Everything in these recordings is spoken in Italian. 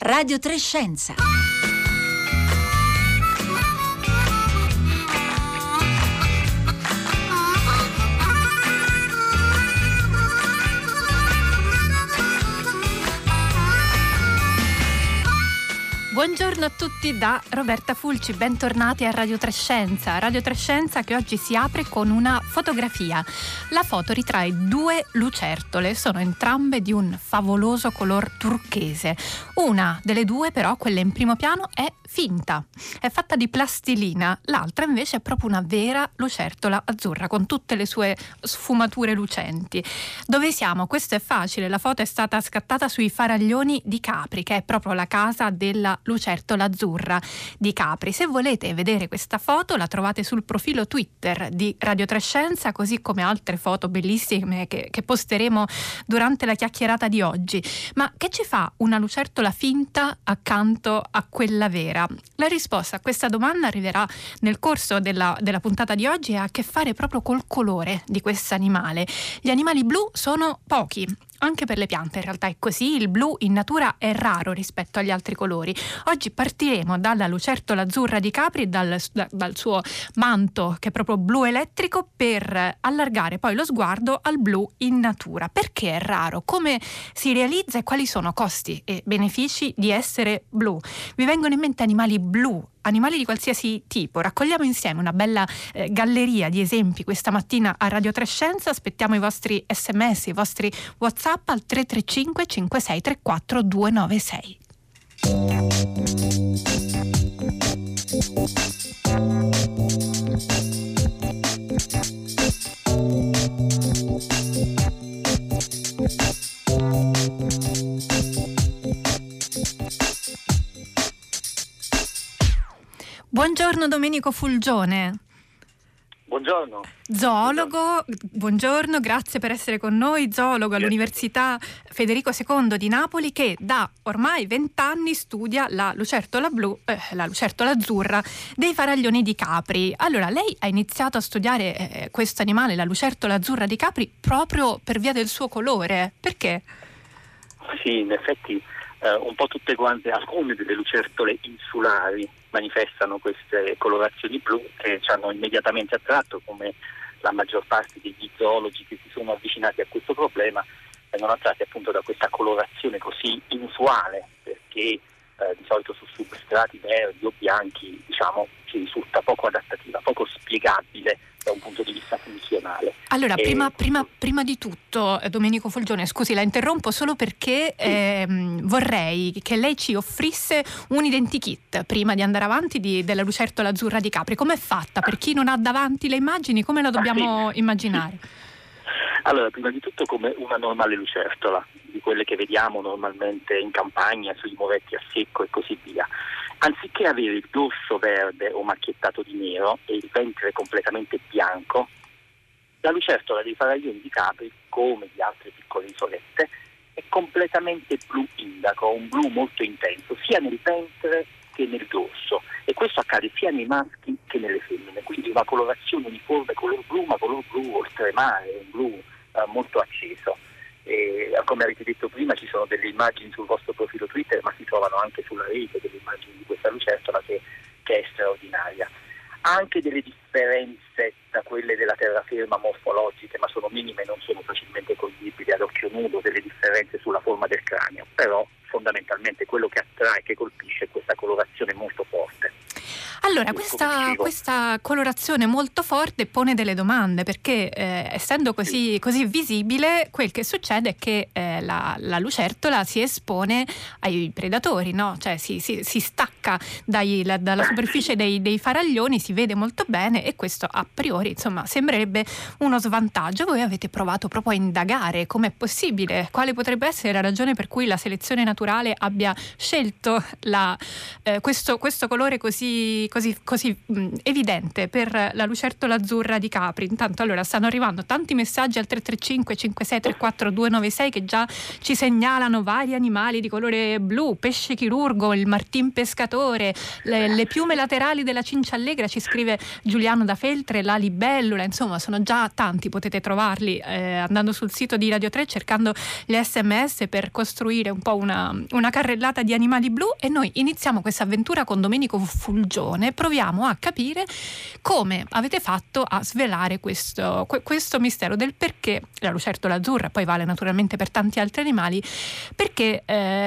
Radio 3 Scienza. Buongiorno a tutti da Roberta Fulci, bentornati a Radio 3 Scienza. Radio 3 Scienza che oggi si apre con una fotografia. La foto ritrae due lucertole, sono entrambe di un favoloso color turchese. Una delle due però, quella in primo piano, è finta, è fatta di plastilina, l'altra invece è proprio una vera lucertola azzurra con tutte le sue sfumature lucenti. Dove siamo? Questo è facile, la foto è stata scattata sui Faraglioni di Capri, che è proprio la casa della lucertola azzurra di Capri. Se volete vedere questa foto la trovate sul profilo Twitter di Radio 3 Scienza, così come altre foto bellissime che posteremo durante la chiacchierata di oggi. Ma che ci fa una lucertola finta accanto a quella vera? La risposta a questa domanda arriverà nel corso della puntata di oggi e ha a che fare proprio col colore di questo animale. Gli animali blu sono pochi, anche per le piante in realtà è così, il blu in natura è raro rispetto agli altri colori. Oggi partiremo dalla lucertola azzurra di Capri, dal suo manto che è proprio blu elettrico, per allargare poi lo sguardo al blu in natura. Perché è raro? Come si realizza e quali sono costi e benefici di essere blu? Vi vengono in mente animali blu? Animali di qualsiasi tipo. Raccogliamo insieme una bella galleria di esempi questa mattina a Radio 3 Scienza. Aspettiamo i vostri SMS, i vostri WhatsApp al 335 5634 296. Buongiorno Domenico Fulgione. Buongiorno. Zoologo, buongiorno, grazie per essere con noi. Zoologo all'Università Federico II di Napoli, che da ormai 20 anni studia la lucertola blu, la lucertola azzurra dei Faraglioni di Capri. Allora, lei ha iniziato a studiare questo animale, la lucertola azzurra di Capri, proprio per via del suo colore. Perché? Sì, in effetti un po' tutte quante, alcune delle lucertole insulari manifestano queste colorazioni blu che ci hanno immediatamente attratto, come la maggior parte degli zoologi che si sono avvicinati a questo problema vengono attratti appunto da questa colorazione così inusuale, perché di solito su substrati verdi o bianchi, diciamo, ci risulta poco adattativa, poco spiegabile da un punto di vista funzionale. Allora, prima di tutto, Domenico Fulgione, scusi, la interrompo solo perché vorrei che lei ci offrisse un identikit prima di andare avanti della lucertola azzurra di Capri. Com'è fatta? Per chi non ha davanti le immagini, come la dobbiamo immaginare? Allora, prima di tutto come una normale lucertola, di quelle che vediamo normalmente in campagna, sui muretti a secco e così via. Anziché avere il dorso verde o macchiettato di nero e il ventre completamente bianco, la lucertola dei Faraglioni di Capri, come di altre piccole isolette, è completamente blu indaco, un blu molto intenso, sia nel ventre che nel dorso, e questo accade sia nei maschi che nelle femmine, quindi una colorazione uniforme color blu, ma color blu oltremare, un blu molto acceso. E, come avete detto prima, ci sono delle immagini sul vostro profilo Twitter, ma si trovano anche sulla rete delle immagini di questa lucertola che è straordinaria. Ha anche delle differenze da quelle della terraferma morfologiche, ma sono minime, non sono facilmente coglibili ad occhio nudo, delle differenze sulla forma del cranio, però fondamentalmente quello che attrae, che colpisce, è questa colorazione molto forte. Allora, questa colorazione molto forte pone delle domande, perché essendo così visibile, quel che succede è che la lucertola si espone ai predatori, no? Cioè si stacca dalla superficie dei faraglioni, si vede molto bene, e questo a priori, insomma, sembrerebbe uno svantaggio. Voi avete provato proprio a indagare com'è possibile, quale potrebbe essere la ragione per cui la selezione naturale abbia scelto questo colore così così evidente per la lucertola azzurra di Capri. Intanto allora stanno arrivando tanti messaggi al 335 5634 296 che già ci segnalano vari animali di colore blu, pesce chirurgo, il martin pescatore, le piume laterali della cinciallegra, ci scrive Giuliano da Feltre, la libellula, insomma sono già tanti, potete trovarli andando sul sito di Radio 3 cercando gli SMS per costruire un po' una carrellata di animali blu. E noi iniziamo questa avventura con Domenico Fulgione, proviamo a capire come avete fatto a svelare questo mistero del perché la lucertola azzurra, poi vale naturalmente per tanti altri animali, perché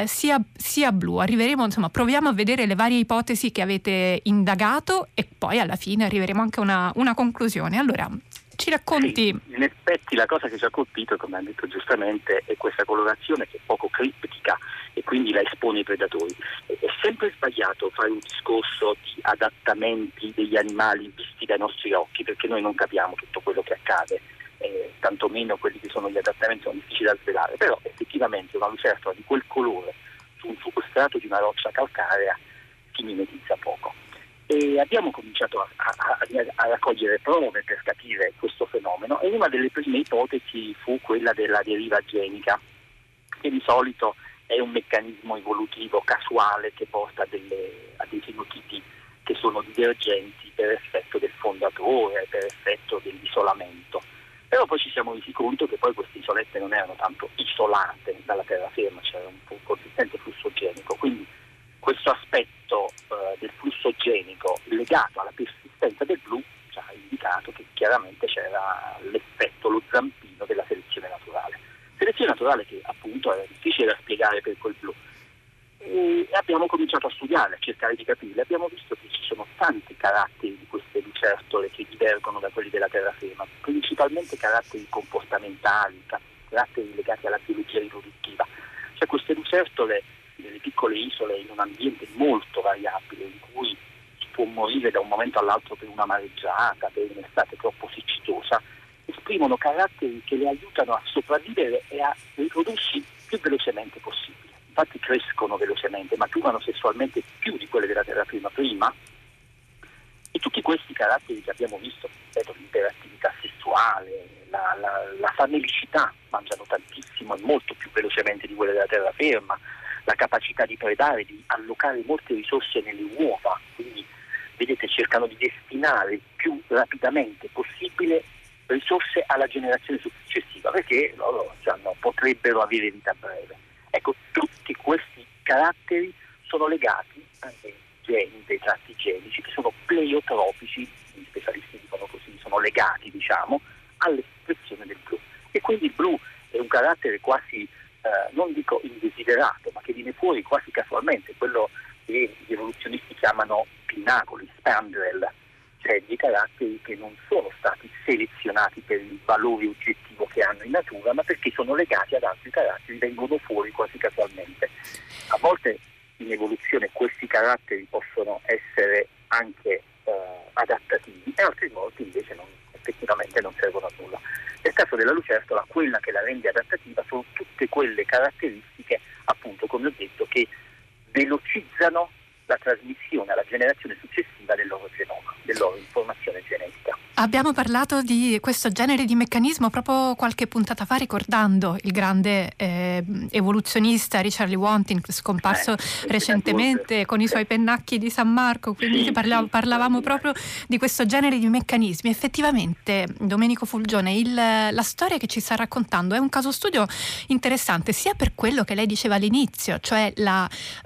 sia blu. Arriveremo, insomma, proviamo a vedere le varie ipotesi che avete indagato e poi alla fine arriveremo anche a una conclusione. Allora, ci racconti? Sì, in effetti la cosa che ci ha colpito, come ha detto giustamente, è questa colorazione che è poco criptica e quindi la espone ai predatori. È sempre sbagliato fare un discorso di adattamenti degli animali visti dai nostri occhi, perché noi non capiamo tutto quello che accade, tantomeno quelli che sono gli adattamenti sono difficili da svelare, però effettivamente una lucertola di quel colore su un substrato di una roccia calcarea si mimetizza poco. E abbiamo cominciato a raccogliere prove per capire questo fenomeno, e una delle prime ipotesi fu quella della deriva genica, che di solito è un meccanismo evolutivo casuale che porta a dei fenotipi che sono divergenti per effetto del fondatore, per effetto dell'isolamento. Però poi ci siamo resi conto che poi queste isolette non erano tanto isolate dalla terraferma, c'era un consistente flusso genico, quindi questo aspetto del flusso genico legato alla persistenza del blu ci ha indicato che chiaramente c'era l'effetto, lo zampino della selezione naturale. Selezione naturale che appunto era difficile da spiegare per quel blu. E abbiamo cominciato a studiare, a cercare di capire. Abbiamo visto che ci sono tanti caratteri di queste lucertole che divergono da quelli della terraferma, principalmente caratteri comportamentali, caratteri legati alla biologia riproduttiva. Cioè queste lucertole delle piccole isole in un ambiente molto variabile, in cui si può morire da un momento all'altro per una mareggiata, per un'estate troppo siccitosa, esprimono caratteri che le aiutano a sopravvivere e a riprodursi più velocemente possibile. Infatti crescono velocemente, maturano sessualmente più di quelle della terraferma prima, e tutti questi caratteri che abbiamo visto, ripeto, l'iperattività sessuale, la famelicità, mangiano tantissimo e molto più velocemente di quelle della terraferma, la capacità di predare, di allocare molte risorse nelle uova, quindi vedete cercano di destinare il più rapidamente possibile risorse alla generazione successiva, perché loro potrebbero avere vita breve. Ecco, tutti questi caratteri sono legati ai geni, dei tratti genici che sono pleiotropici, gli specialisti dicono così, sono legati all'espressione del blu. E quindi il blu è un carattere quasi non dico indesiderato, ma che viene fuori quasi casualmente, quello che gli evoluzionisti chiamano pinnacoli, spandrel, cioè di caratteri che non sono stati selezionati per il valore oggettivo che hanno in natura, ma perché sono legati ad altri caratteri, vengono fuori quasi casualmente. A volte in evoluzione questi caratteri possono essere anche adattativi, e altre volte invece effettivamente non servono a nulla. Nel caso della lucertola, quella che la rende adattativa sono tutte quelle caratteristiche, appunto, come ho detto, che velocizzano la trasmissione alla generazione successiva del loro genoma, della loro informazione genetica. Abbiamo parlato di questo genere di meccanismo proprio qualche puntata fa, ricordando il grande evoluzionista Richard Lewontin, scomparso recentemente con i suoi pennacchi di San Marco, quindi parlavamo proprio di questo genere di meccanismi. Effettivamente, Domenico Fulgione, la storia che ci sta raccontando è un caso studio interessante, sia per quello che lei diceva all'inizio, cioè la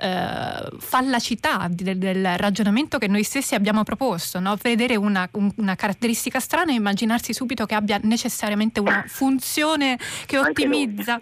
fallacità del ragionamento che noi stessi abbiamo proposto, no? Vedere una caratteristica strana e immaginarsi subito che abbia necessariamente una funzione che ottimizza,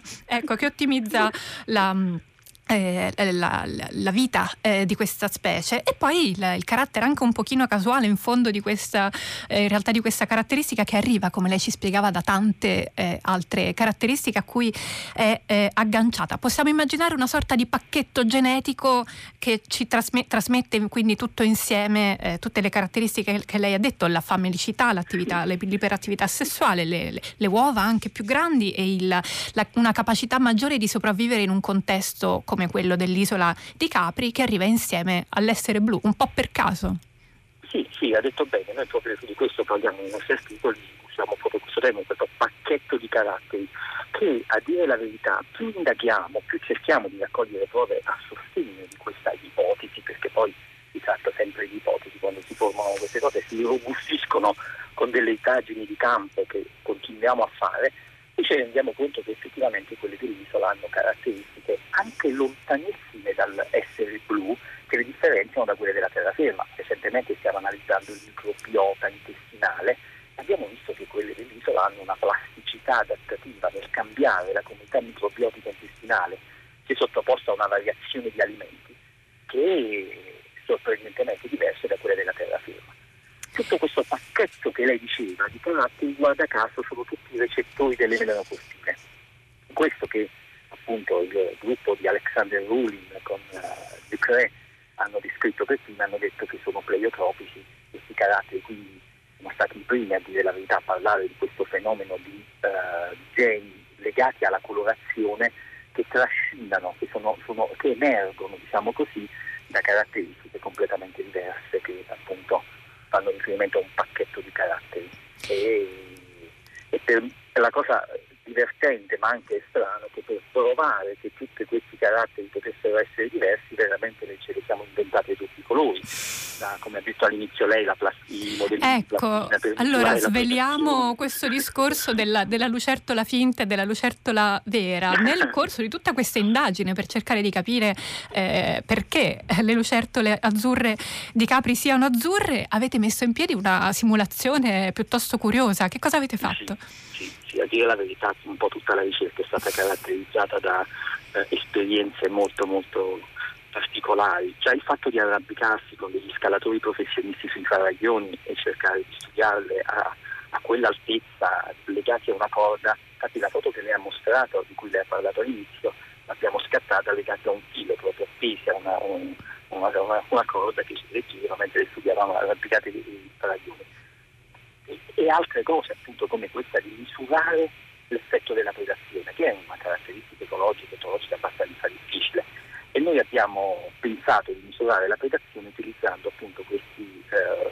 la vita di questa specie, e poi il carattere anche un pochino casuale in fondo di questa in realtà di questa caratteristica, che arriva, come lei ci spiegava, da tante altre caratteristiche a cui è agganciata. Possiamo immaginare una sorta di pacchetto genetico che ci trasmette quindi tutto insieme, tutte le caratteristiche che lei ha detto, la famelicità, l'attività, l'iperattività sessuale, le uova anche più grandi e una capacità maggiore di sopravvivere in un contesto come quello dell'isola di Capri, che arriva insieme all'essere blu, un po' per caso. Sì, ha detto bene, noi proprio di questo parliamo nei nostri articoli, usiamo proprio questo termine, questo pacchetto di caratteri, che a dire la verità, più indaghiamo, più cerchiamo di raccogliere prove a sostegno di questa ipotesi, perché poi si tratta sempre di ipotesi, quando si formano queste cose si robustiscono con delle indagini di campo che continuiamo a fare, e ci rendiamo conto che effettivamente quelle dell'isola hanno caratteristiche anche lontanissime dall'essere blu, che le differenziano da quelle della terraferma. Recentemente stiamo analizzando il microbiota intestinale e abbiamo visto che quelle dell'isola hanno una plasticità adattativa nel cambiare la comunità microbiotica intestinale, che è sottoposta a una variazione di alimenti che è sorprendentemente diversa da quelle della terraferma. Tutto questo pacchetto che lei diceva di caratteri, guarda caso, sono tutti i recettori delle melanocostine. Questo che appunto il gruppo di Alexander Rulin con Ducret hanno descritto per prima, hanno detto che sono pleiotropici, questi caratteri, quindi sono stati i primi, a dire la verità, a parlare di questo fenomeno di geni legati alla colorazione che trascinano, che emergono, diciamo così, da caratteristiche completamente diverse che appunto fanno riferimento a un pacchetto di caratteri. E per la cosa divertente ma anche strano che per provare che tutti questi caratteri potessero essere diversi, veramente ce li siamo inventate tutti i colori, come ha detto all'inizio lei, i modelli di plastina. Allora sveliamo questo discorso della lucertola finta e della lucertola vera nel corso di tutta questa indagine per cercare di capire perché le lucertole azzurre di Capri siano azzurre. Avete messo in piedi una simulazione piuttosto curiosa. Che cosa avete fatto? Sì, a dire la verità un po' tutta la ricerca è stata caratterizzata da esperienze molto molto particolari. Già il fatto di arrampicarsi con degli scalatori professionisti sui faraglioni e cercare di studiarle a quell'altezza legati a una corda, infatti la foto che lei ha mostrato, di cui lei ha parlato all'inizio, l'abbiamo scattata legati a un filo proprio appesi a una corda che si reggeva mentre studiavamo arrampicate dei faraglioni. E altre cose appunto come questa di misurare l'effetto della predazione, che è una caratteristica ecologica abbastanza difficile, e noi abbiamo pensato di misurare la predazione utilizzando appunto questi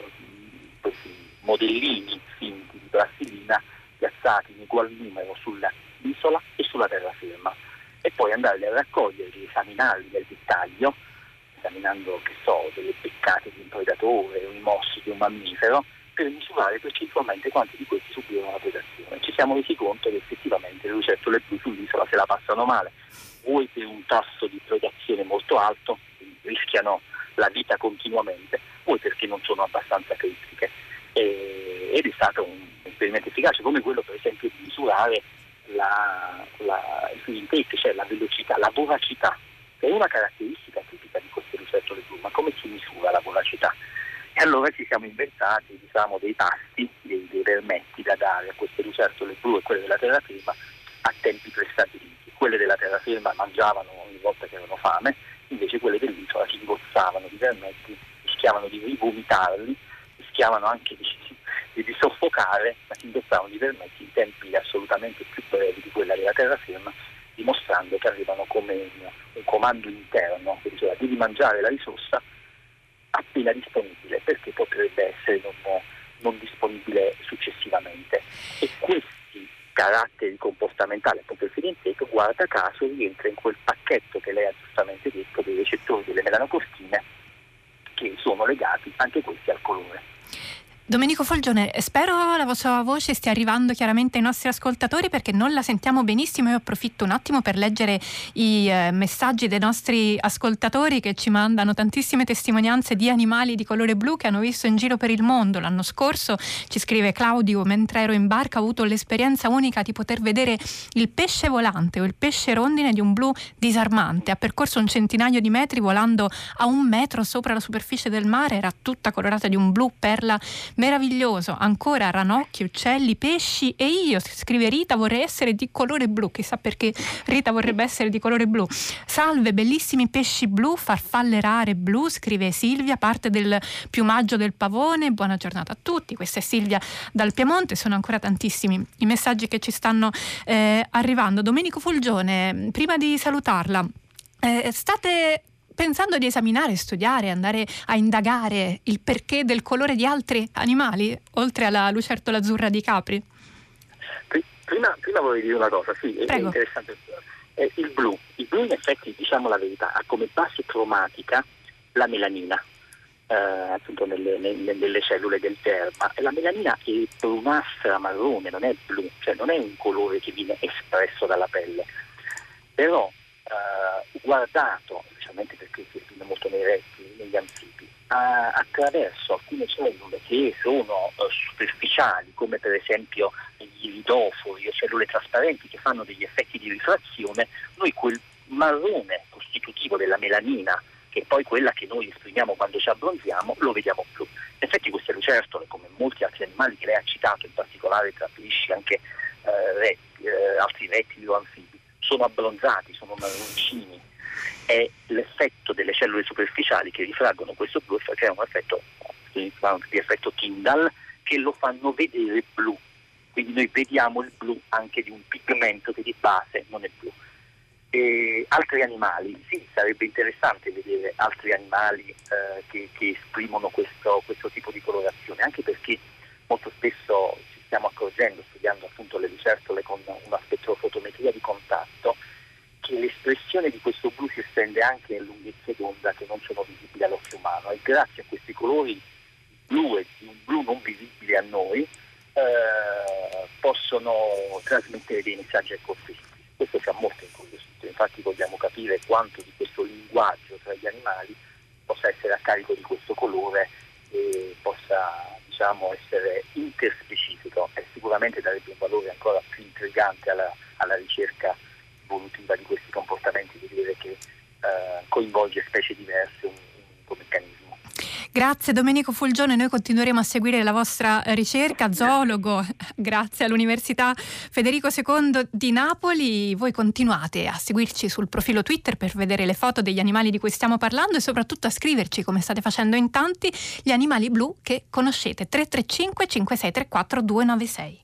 modellini finti di plastilina piazzati in ugual numero sull'isola e sulla terraferma, e poi andarli a raccogliere e esaminarli nel dettaglio, esaminando delle beccate di un predatore o i mossi di un mammifero, per misurare precipuamente quanti di questi subirono la predazione. Ci siamo resi conto che effettivamente le lucertole blu sull'isola se la passano male, vuoi per un tasso di predazione molto alto, rischiano la vita continuamente, vuoi perché non sono abbastanza critiche. Ed è stato un esperimento efficace, come quello per esempio di misurare l'intake, cioè la velocità, la voracità, che è una caratteristica tipica di queste lucertole blu. Ma come si misura la voracità? E allora ci siamo inventati dei pasti, dei vermetti da dare a queste lucertole blu e quelle della terraferma a tempi prestabiliti. Quelle della terraferma mangiavano ogni volta che avevano fame, invece quelle dell'isola si ingozzavano di vermetti, rischiavano di rivomitarli, rischiavano anche di soffocare, ma si ingozzavano di vermetti in tempi assolutamente più brevi di quella della terraferma, dimostrando che arrivano come un comando interno, che diceva devi mangiare la risorsa appena disponibile, perché potrebbe essere non disponibile successivamente. E questi caratteri comportamentali, appunto il feed intake, guarda caso rientra in quel pacchetto che lei ha giustamente detto dei recettori delle melanocostine, che sono legati anche questi al colore. Domenico Folgione, spero la sua voce stia arrivando chiaramente ai nostri ascoltatori, perché non la sentiamo benissimo. Io approfitto un attimo per leggere i messaggi dei nostri ascoltatori che ci mandano tantissime testimonianze di animali di colore blu che hanno visto in giro per il mondo. L'anno scorso, ci scrive Claudio, mentre ero in barca ho avuto l'esperienza unica di poter vedere il pesce volante o il pesce rondine di un blu disarmante. Ha percorso un centinaio di metri volando a 1 metro sopra la superficie del mare, era tutta colorata di un blu perla meraviglioso. Ancora ranocchi, uccelli, pesci e io, scrive Rita, vorrei essere di colore blu. Chissà perché Rita vorrebbe essere di colore blu. Salve, bellissimi pesci blu, farfalle rare blu, scrive Silvia, parte del piumaggio del pavone. Buona giornata a tutti. Questa è Silvia dal Piemonte. Sono ancora tantissimi i messaggi che ci stanno arrivando. Domenico Fulgione, prima di salutarla, state pensando di esaminare, studiare, andare a indagare il perché del colore di altri animali, oltre alla lucertola azzurra di Capri? Prima vorrei dire una cosa, sì, è interessante. Il blu in effetti, diciamo la verità, ha come base cromatica la melanina, appunto nelle cellule del derma, e la melanina è brunastra marrone, non è blu, cioè non è un colore che viene espresso dalla pelle, però guardato, specialmente perché si esprime molto nei rettili, negli anfibi, attraverso alcune cellule che sono superficiali, come per esempio gli iridofori o cellule trasparenti che fanno degli effetti di rifrazione, noi quel marrone costitutivo della melanina, che è poi quella che noi esprimiamo quando ci abbronziamo, lo vediamo blu. In effetti queste lucertole, come molti altri animali che lei ha citato, in particolare tra pesci, anche altri rettili o anfibi, sono abbronzati, sono marroncini. È l'effetto delle cellule superficiali che rifraggono questo blu, che è un effetto di effetto Tyndall, che lo fanno vedere blu. Quindi noi vediamo il blu anche di un pigmento che di base non è blu. Altri animali, sì, sarebbe interessante vedere altri animali che esprimono questo tipo di colorazione, anche perché molto spesso ci stiamo accorgendo, studiando appunto le lucertole con una spettrofotometria di contatto, che l'espressione di questo blu si estende anche in lunghezze d'onda che non sono visibili all'occhio umano, e grazie a questi colori blu e di un blu non visibile a noi possono trasmettere dei messaggi ai corpi. Questo ci ha molto incuriosito, infatti vogliamo capire quanto di questo linguaggio tra gli animali possa essere a carico di questo colore e possa, diciamo, essere interspecifico, e sicuramente darebbe un valore ancora più intrigante alla ricerca evolutiva di questi comportamenti, di vedere che coinvolge specie diverse un meccanismo. Grazie Domenico Fulgione, noi continueremo a seguire la vostra ricerca, zoologo, grazie all'Università Federico II di Napoli. Voi continuate a seguirci sul profilo Twitter per vedere le foto degli animali di cui stiamo parlando e soprattutto a scriverci, come state facendo in tanti, gli animali blu che conoscete. 335 5634 296.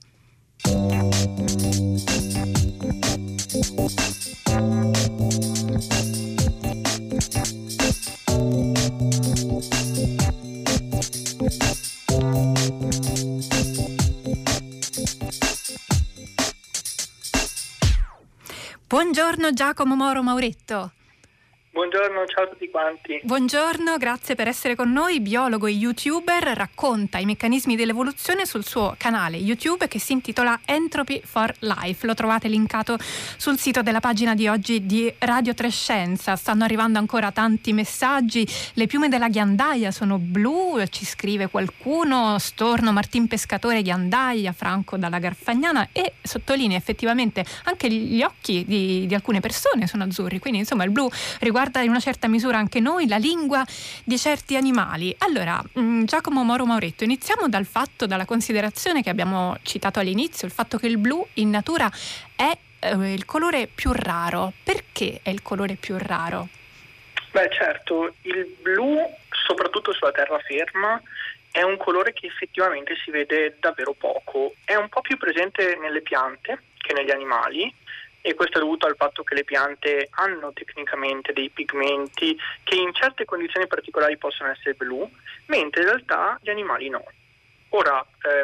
Buongiorno Giacomo Moro Mauretto. Buongiorno, ciao a tutti quanti. Buongiorno, grazie per essere con noi. Biologo e youtuber, racconta i meccanismi dell'evoluzione sul suo canale YouTube che si intitola Entropy for Life. Lo trovate linkato sul sito della pagina di oggi di Radio Trescenza. Stanno arrivando ancora tanti messaggi. Le piume della ghiandaia sono blu, ci scrive qualcuno. Storno Martin Pescatore ghiandaia, Franco dalla Garfagnana, e sottolinea effettivamente anche gli occhi di alcune persone sono azzurri. Quindi insomma il blu riguarda in una certa misura anche noi, la lingua di certi animali. Allora, Giacomo Moro Mauretto, iniziamo dalla considerazione che abbiamo citato all'inizio, il fatto che il blu in natura è il colore più raro. Perché è il colore più raro? Beh, certo, il blu, soprattutto sulla terraferma, è un colore che effettivamente si vede davvero poco. È un po' più presente nelle piante che negli animali, e questo è dovuto al fatto che le piante hanno tecnicamente dei pigmenti che in certe condizioni particolari possono essere blu, mentre in realtà gli animali no. Ora,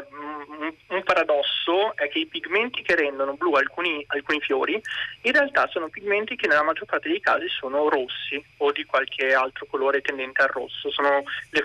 un paradosso è che i pigmenti che rendono blu alcuni fiori in realtà sono pigmenti che nella maggior parte dei casi sono rossi o di qualche altro colore tendente al rosso. Sono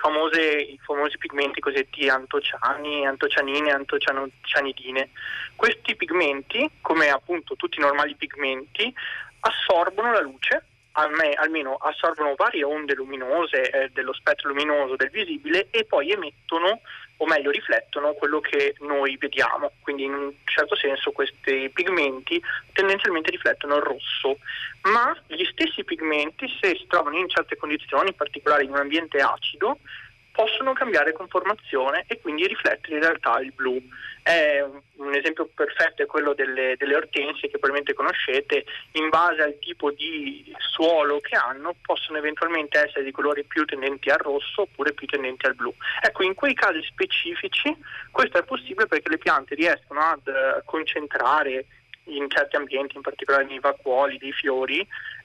i famosi pigmenti cosiddetti antociani, antocianine, antocianidine. Questi pigmenti, come appunto tutti i normali pigmenti, assorbono la luce, almeno assorbono varie onde luminose dello spettro luminoso del visibile, e poi emettono, o meglio riflettono, quello che noi vediamo. Quindi in un certo senso questi pigmenti tendenzialmente riflettono il rosso, ma gli stessi pigmenti, se si trovano in certe condizioni, in particolare in un ambiente acido, possono cambiare conformazione e quindi riflettere in realtà il blu. Un esempio perfetto è quello delle ortensie, che probabilmente conoscete. In base al tipo di suolo che hanno, possono eventualmente essere di colori più tendenti al rosso oppure più tendenti al blu. Ecco, in quei casi specifici questo è possibile perché le piante riescono ad concentrare in certi ambienti, in particolare nei vacuoli, dei fiori,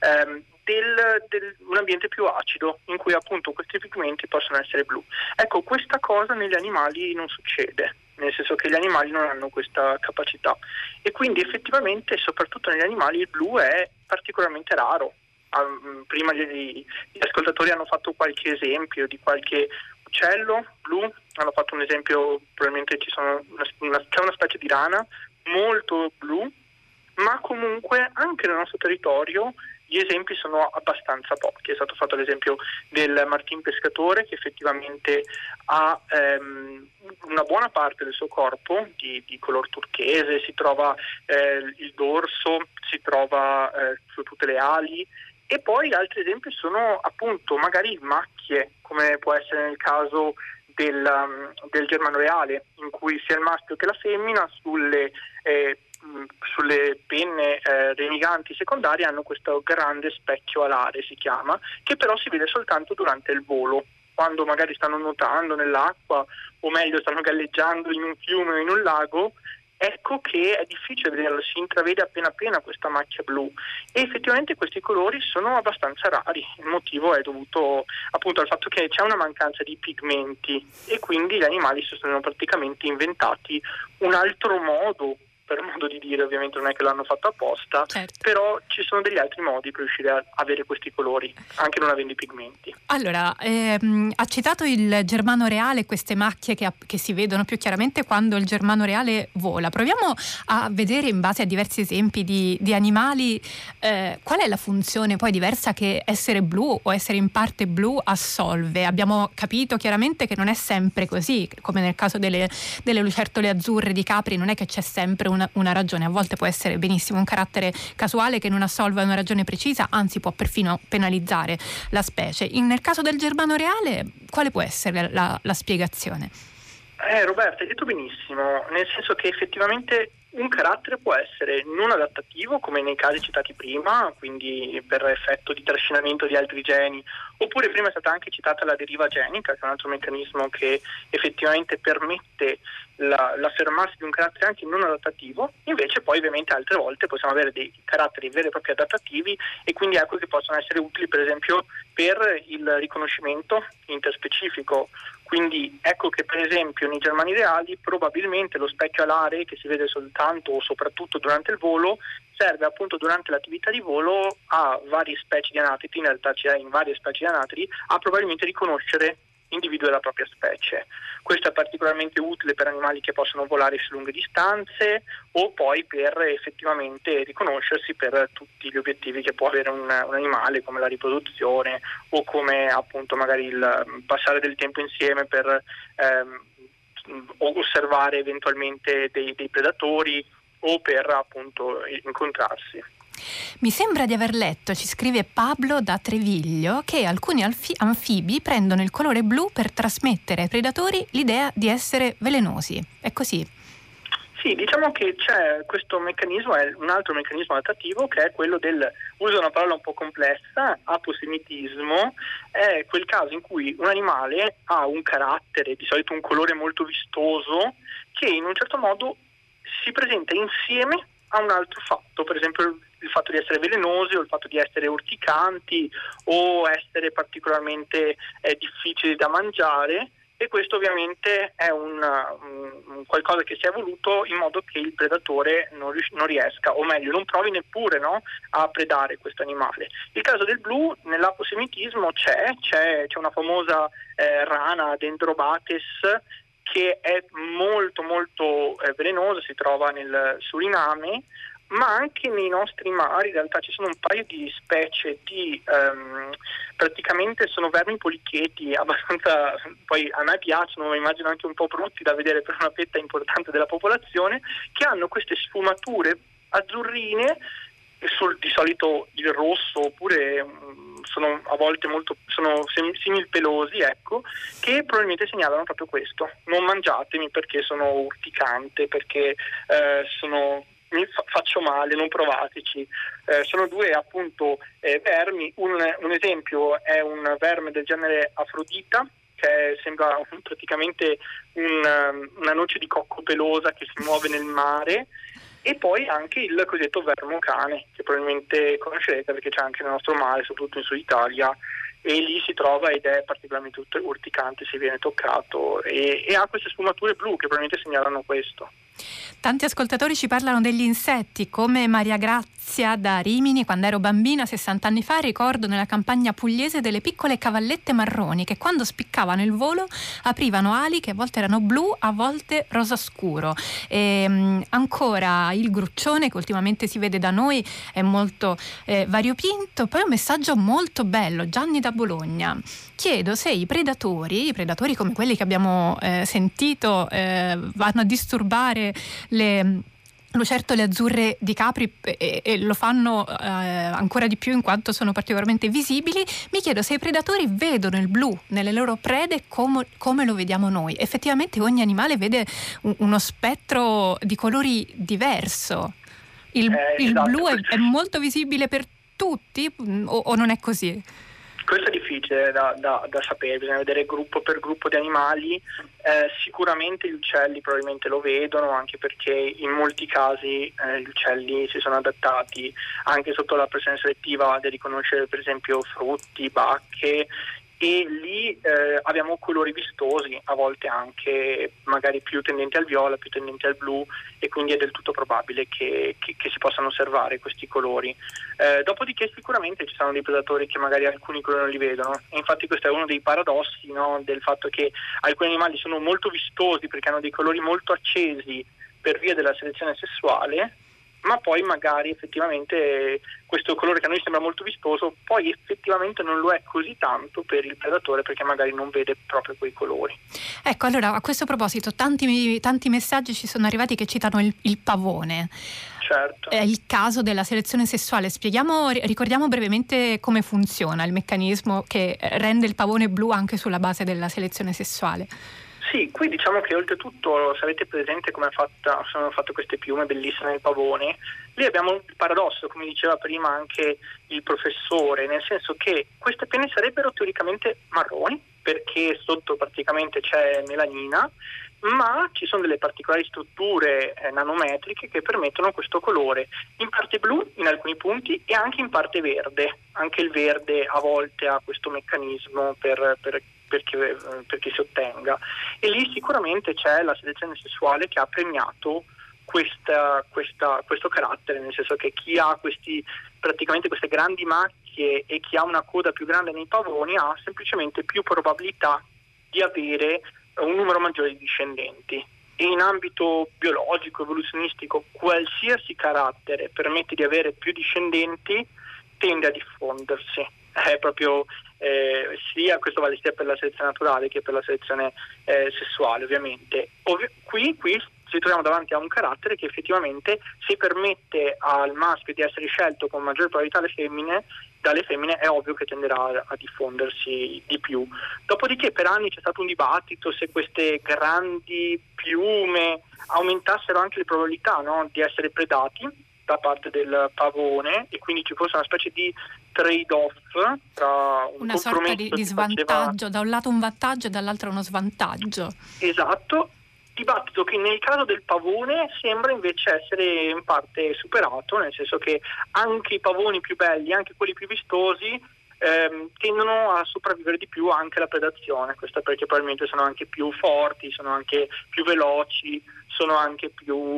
un ambiente più acido in cui appunto questi pigmenti possono essere blu. Ecco, questa cosa negli animali non succede, nel senso che gli animali non hanno questa capacità e quindi effettivamente soprattutto negli animali il blu è particolarmente raro. Prima gli ascoltatori hanno fatto qualche esempio di qualche uccello blu, hanno fatto un esempio, probabilmente c'è una specie di rana molto blu, ma comunque anche nel nostro territorio gli esempi sono abbastanza pochi. È stato fatto l'esempio del martin pescatore, che effettivamente ha una buona parte del suo corpo di color turchese, si trova il dorso, si trova su tutte le ali, e poi altri esempi sono appunto magari macchie, come può essere nel caso del germano reale, in cui sia il maschio che la femmina sulle penne remiganti secondarie hanno questo grande specchio alare, si chiama, che però si vede soltanto durante il volo, quando magari stanno nuotando nell'acqua, o meglio stanno galleggiando in un fiume o in un lago. Ecco che è difficile vederlo, si intravede appena questa macchia blu, e effettivamente questi colori sono abbastanza rari. Il motivo è dovuto appunto al fatto che c'è una mancanza di pigmenti e quindi gli animali si sono praticamente inventati un altro modo, per modo di dire, ovviamente non è che l'hanno fatto apposta, certo. Però ci sono degli altri modi per riuscire a avere questi colori, anche non avendo i pigmenti. Allora, ha citato il germano reale, queste macchie che si vedono più chiaramente quando il germano reale vola. Proviamo a vedere, in base a diversi esempi di animali, qual è la funzione poi diversa che essere blu o essere in parte blu assolve. Abbiamo capito chiaramente che non è sempre così, come nel caso delle lucertole azzurre, di capri, non è che c'è sempre una ragione, a volte può essere benissimo un carattere casuale che non assolve una ragione precisa, anzi può perfino penalizzare la specie. Nel caso del germano reale, quale può essere la spiegazione? Roberta, hai detto benissimo, nel senso che effettivamente un carattere può essere non adattativo, come nei casi citati prima, quindi per effetto di trascinamento di altri geni, oppure prima è stata anche citata la deriva genica, che è un altro meccanismo che effettivamente permette l'affermarsi di un carattere anche non adattativo. Invece poi ovviamente altre volte possiamo avere dei caratteri veri e propri adattativi, e quindi ecco che possono essere utili per esempio per il riconoscimento interspecifico. Quindi ecco che per esempio nei germani reali probabilmente lo specchio alare, che si vede soltanto o soprattutto durante il volo, serve appunto durante l'attività di volo a varie specie di anatridi, in realtà c'è in varie specie di anatridi, a probabilmente riconoscere individui della propria specie. Questo è particolarmente utile per animali che possono volare su lunghe distanze, o poi per effettivamente riconoscersi per tutti gli obiettivi che può avere un animale, come la riproduzione o come appunto magari il passare del tempo insieme per osservare eventualmente dei predatori o per appunto incontrarsi. Mi sembra di aver letto, ci scrive Pablo da Treviglio, che alcuni anfibi prendono il colore blu per trasmettere ai predatori l'idea di essere velenosi. È così? Sì, diciamo che c'è questo meccanismo, è un altro meccanismo adattativo, che è quello uso una parola un po' complessa, aposemitismo. È quel caso in cui un animale ha un carattere, di solito un colore molto vistoso, che in un certo modo si presenta insieme a un altro fatto, per esempio il fatto di essere velenosi o il fatto di essere urticanti o essere particolarmente difficili da mangiare, e questo ovviamente è un qualcosa che si è evoluto in modo che il predatore non riesca, o meglio non provi neppure a predare questo animale. Il caso del blu, nell'aposemitismo c'è una famosa rana Dendrobates che è molto molto velenosa, si trova nel Suriname, ma anche nei nostri mari in realtà ci sono un paio di specie di praticamente sono vermi policheti abbastanza, poi a me piacciono, ma immagino anche un po' brutti da vedere per una fetta importante della popolazione, che hanno queste sfumature azzurrine, di solito il rosso, oppure sono a volte sono similpelosi, ecco, che probabilmente segnalano proprio questo: non mangiatemi perché sono urticante, perché mi faccio male, non provateci. Sono due appunto vermi. Un esempio è un verme del genere Afrodita, che sembra praticamente una noce di cocco pelosa che si muove nel mare, E poi anche il cosiddetto vermo cane, che probabilmente conoscerete perché c'è anche nel nostro mare, soprattutto in Sud Italia, e lì si trova ed è particolarmente urticante se viene toccato, e ha queste sfumature blu che probabilmente segnalano questo. Tanti ascoltatori ci parlano degli insetti, come Maria Grazia da Rimini. Quando ero bambina 60 anni fa ricordo nella campagna pugliese delle piccole cavallette marroni che quando spiccavano il volo aprivano ali che a volte erano blu, a volte rosa scuro. E ancora il gruccione, che ultimamente si vede da noi, è molto variopinto. Poi un messaggio molto bello, Gianni da Bologna: chiedo se i predatori come quelli che abbiamo sentito vanno a disturbare le lucertole azzurre di Capri e lo fanno ancora di più in quanto sono particolarmente visibili. Mi chiedo se i predatori vedono il blu nelle loro prede come lo vediamo noi. Effettivamente ogni animale vede uno spettro di colori diverso. Il esatto. blu è molto visibile per tutti o non è così? Questo è difficile da sapere, bisogna vedere gruppo per gruppo di animali. Sicuramente gli uccelli probabilmente lo vedono, anche perché in molti casi gli uccelli si sono adattati anche sotto la pressione selettiva a riconoscere per esempio frutti, bacche, e lì abbiamo colori vistosi, a volte anche magari più tendenti al viola, più tendenti al blu, e quindi è del tutto probabile che si possano osservare questi colori. Dopodiché sicuramente ci sono dei predatori che magari alcuni colori non li vedono, e infatti questo è uno dei paradossi, no, del fatto che alcuni animali sono molto vistosi perché hanno dei colori molto accesi per via della selezione sessuale, ma poi magari effettivamente questo colore che a noi sembra molto vistoso poi effettivamente non lo è così tanto per il predatore, perché magari non vede proprio quei colori. Ecco, allora a questo proposito tanti messaggi ci sono arrivati che citano il pavone. Certo. È il caso della selezione sessuale. Ricordiamo brevemente come funziona il meccanismo che rende il pavone blu anche sulla base della selezione sessuale. Sì, qui diciamo che oltretutto, se avete presente come sono fatte queste piume bellissime nel pavone, lì abbiamo il paradosso, come diceva prima anche il professore, nel senso che queste penne sarebbero teoricamente marroni, perché sotto praticamente c'è melanina, ma ci sono delle particolari strutture nanometriche che permettono questo colore, in parte blu in alcuni punti e anche in parte verde. Anche il verde a volte ha questo meccanismo perché si ottenga, e lì sicuramente c'è la selezione sessuale che ha premiato questo carattere, nel senso che chi ha praticamente queste grandi macchie e chi ha una coda più grande nei pavoni ha semplicemente più probabilità di avere un numero maggiore di discendenti. E in ambito biologico, evoluzionistico, qualsiasi carattere permette di avere più discendenti tende a diffondersi. È proprio questo vale sia per la selezione naturale che per la selezione sessuale, ovviamente. Qui ci troviamo davanti a un carattere che effettivamente, se permette al maschio di essere scelto con maggior probabilità dalle femmine, è ovvio che tenderà a diffondersi di più. Dopodiché per anni c'è stato un dibattito se queste grandi piume aumentassero anche le probabilità, no, di essere predati da parte del pavone, e quindi ci fosse una specie di trade-off tra una sorta di svantaggio, da un lato un vantaggio e dall'altro uno svantaggio. Esatto, dibattito che nel caso del pavone sembra invece essere in parte superato, nel senso che anche i pavoni più belli, anche quelli più vistosi, tendono a sopravvivere di più anche alla predazione. Questo perché probabilmente sono anche più forti, sono anche più veloci, sono anche più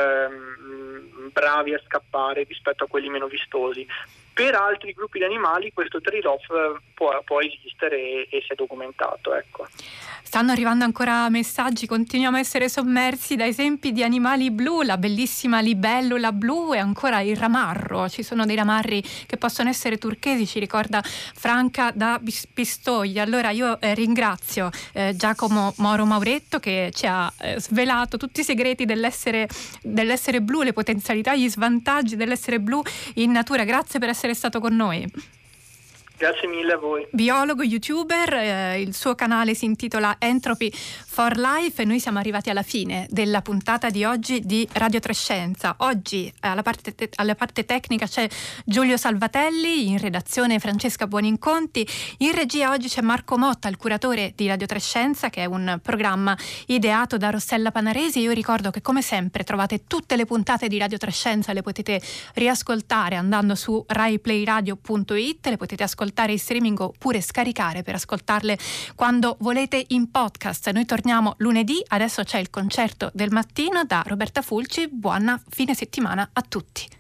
bravi a scappare rispetto a quelli meno vistosi. Per altri gruppi di animali questo trade-off può esistere e si è documentato, ecco. Stanno arrivando ancora messaggi, continuiamo a essere sommersi da esempi di animali blu, la bellissima libellula blu e ancora il ramarro. Ci sono dei ramarri che possono essere turchesi, ci ricorda Franca da Pistoia. Allora io ringrazio Giacomo Moro Mauretto che ci ha svelato tutti i segreti dell'essere blu, le potenzialità, gli svantaggi dell'essere blu in natura. Grazie per essere stato con noi. Grazie mille a voi. Biologo, youtuber, il suo canale si intitola Entropy for Life e noi siamo arrivati alla fine della puntata di oggi di Radio Trescenza. Oggi alla parte tecnica c'è Giulio Salvatelli, in redazione Francesca Buoninconti, in regia oggi c'è Marco Motta, il curatore di Radio Trescenza, che è un programma ideato da Rossella Panaresi. Io ricordo che come sempre trovate tutte le puntate di Radio Trescenza, le potete riascoltare andando su raiplayradio.it, le potete ascoltare in streaming oppure scaricare per ascoltarle quando volete in podcast. Noi torniamo lunedì, adesso c'è il concerto del mattino da Roberta Fulci. Buona fine settimana a tutti.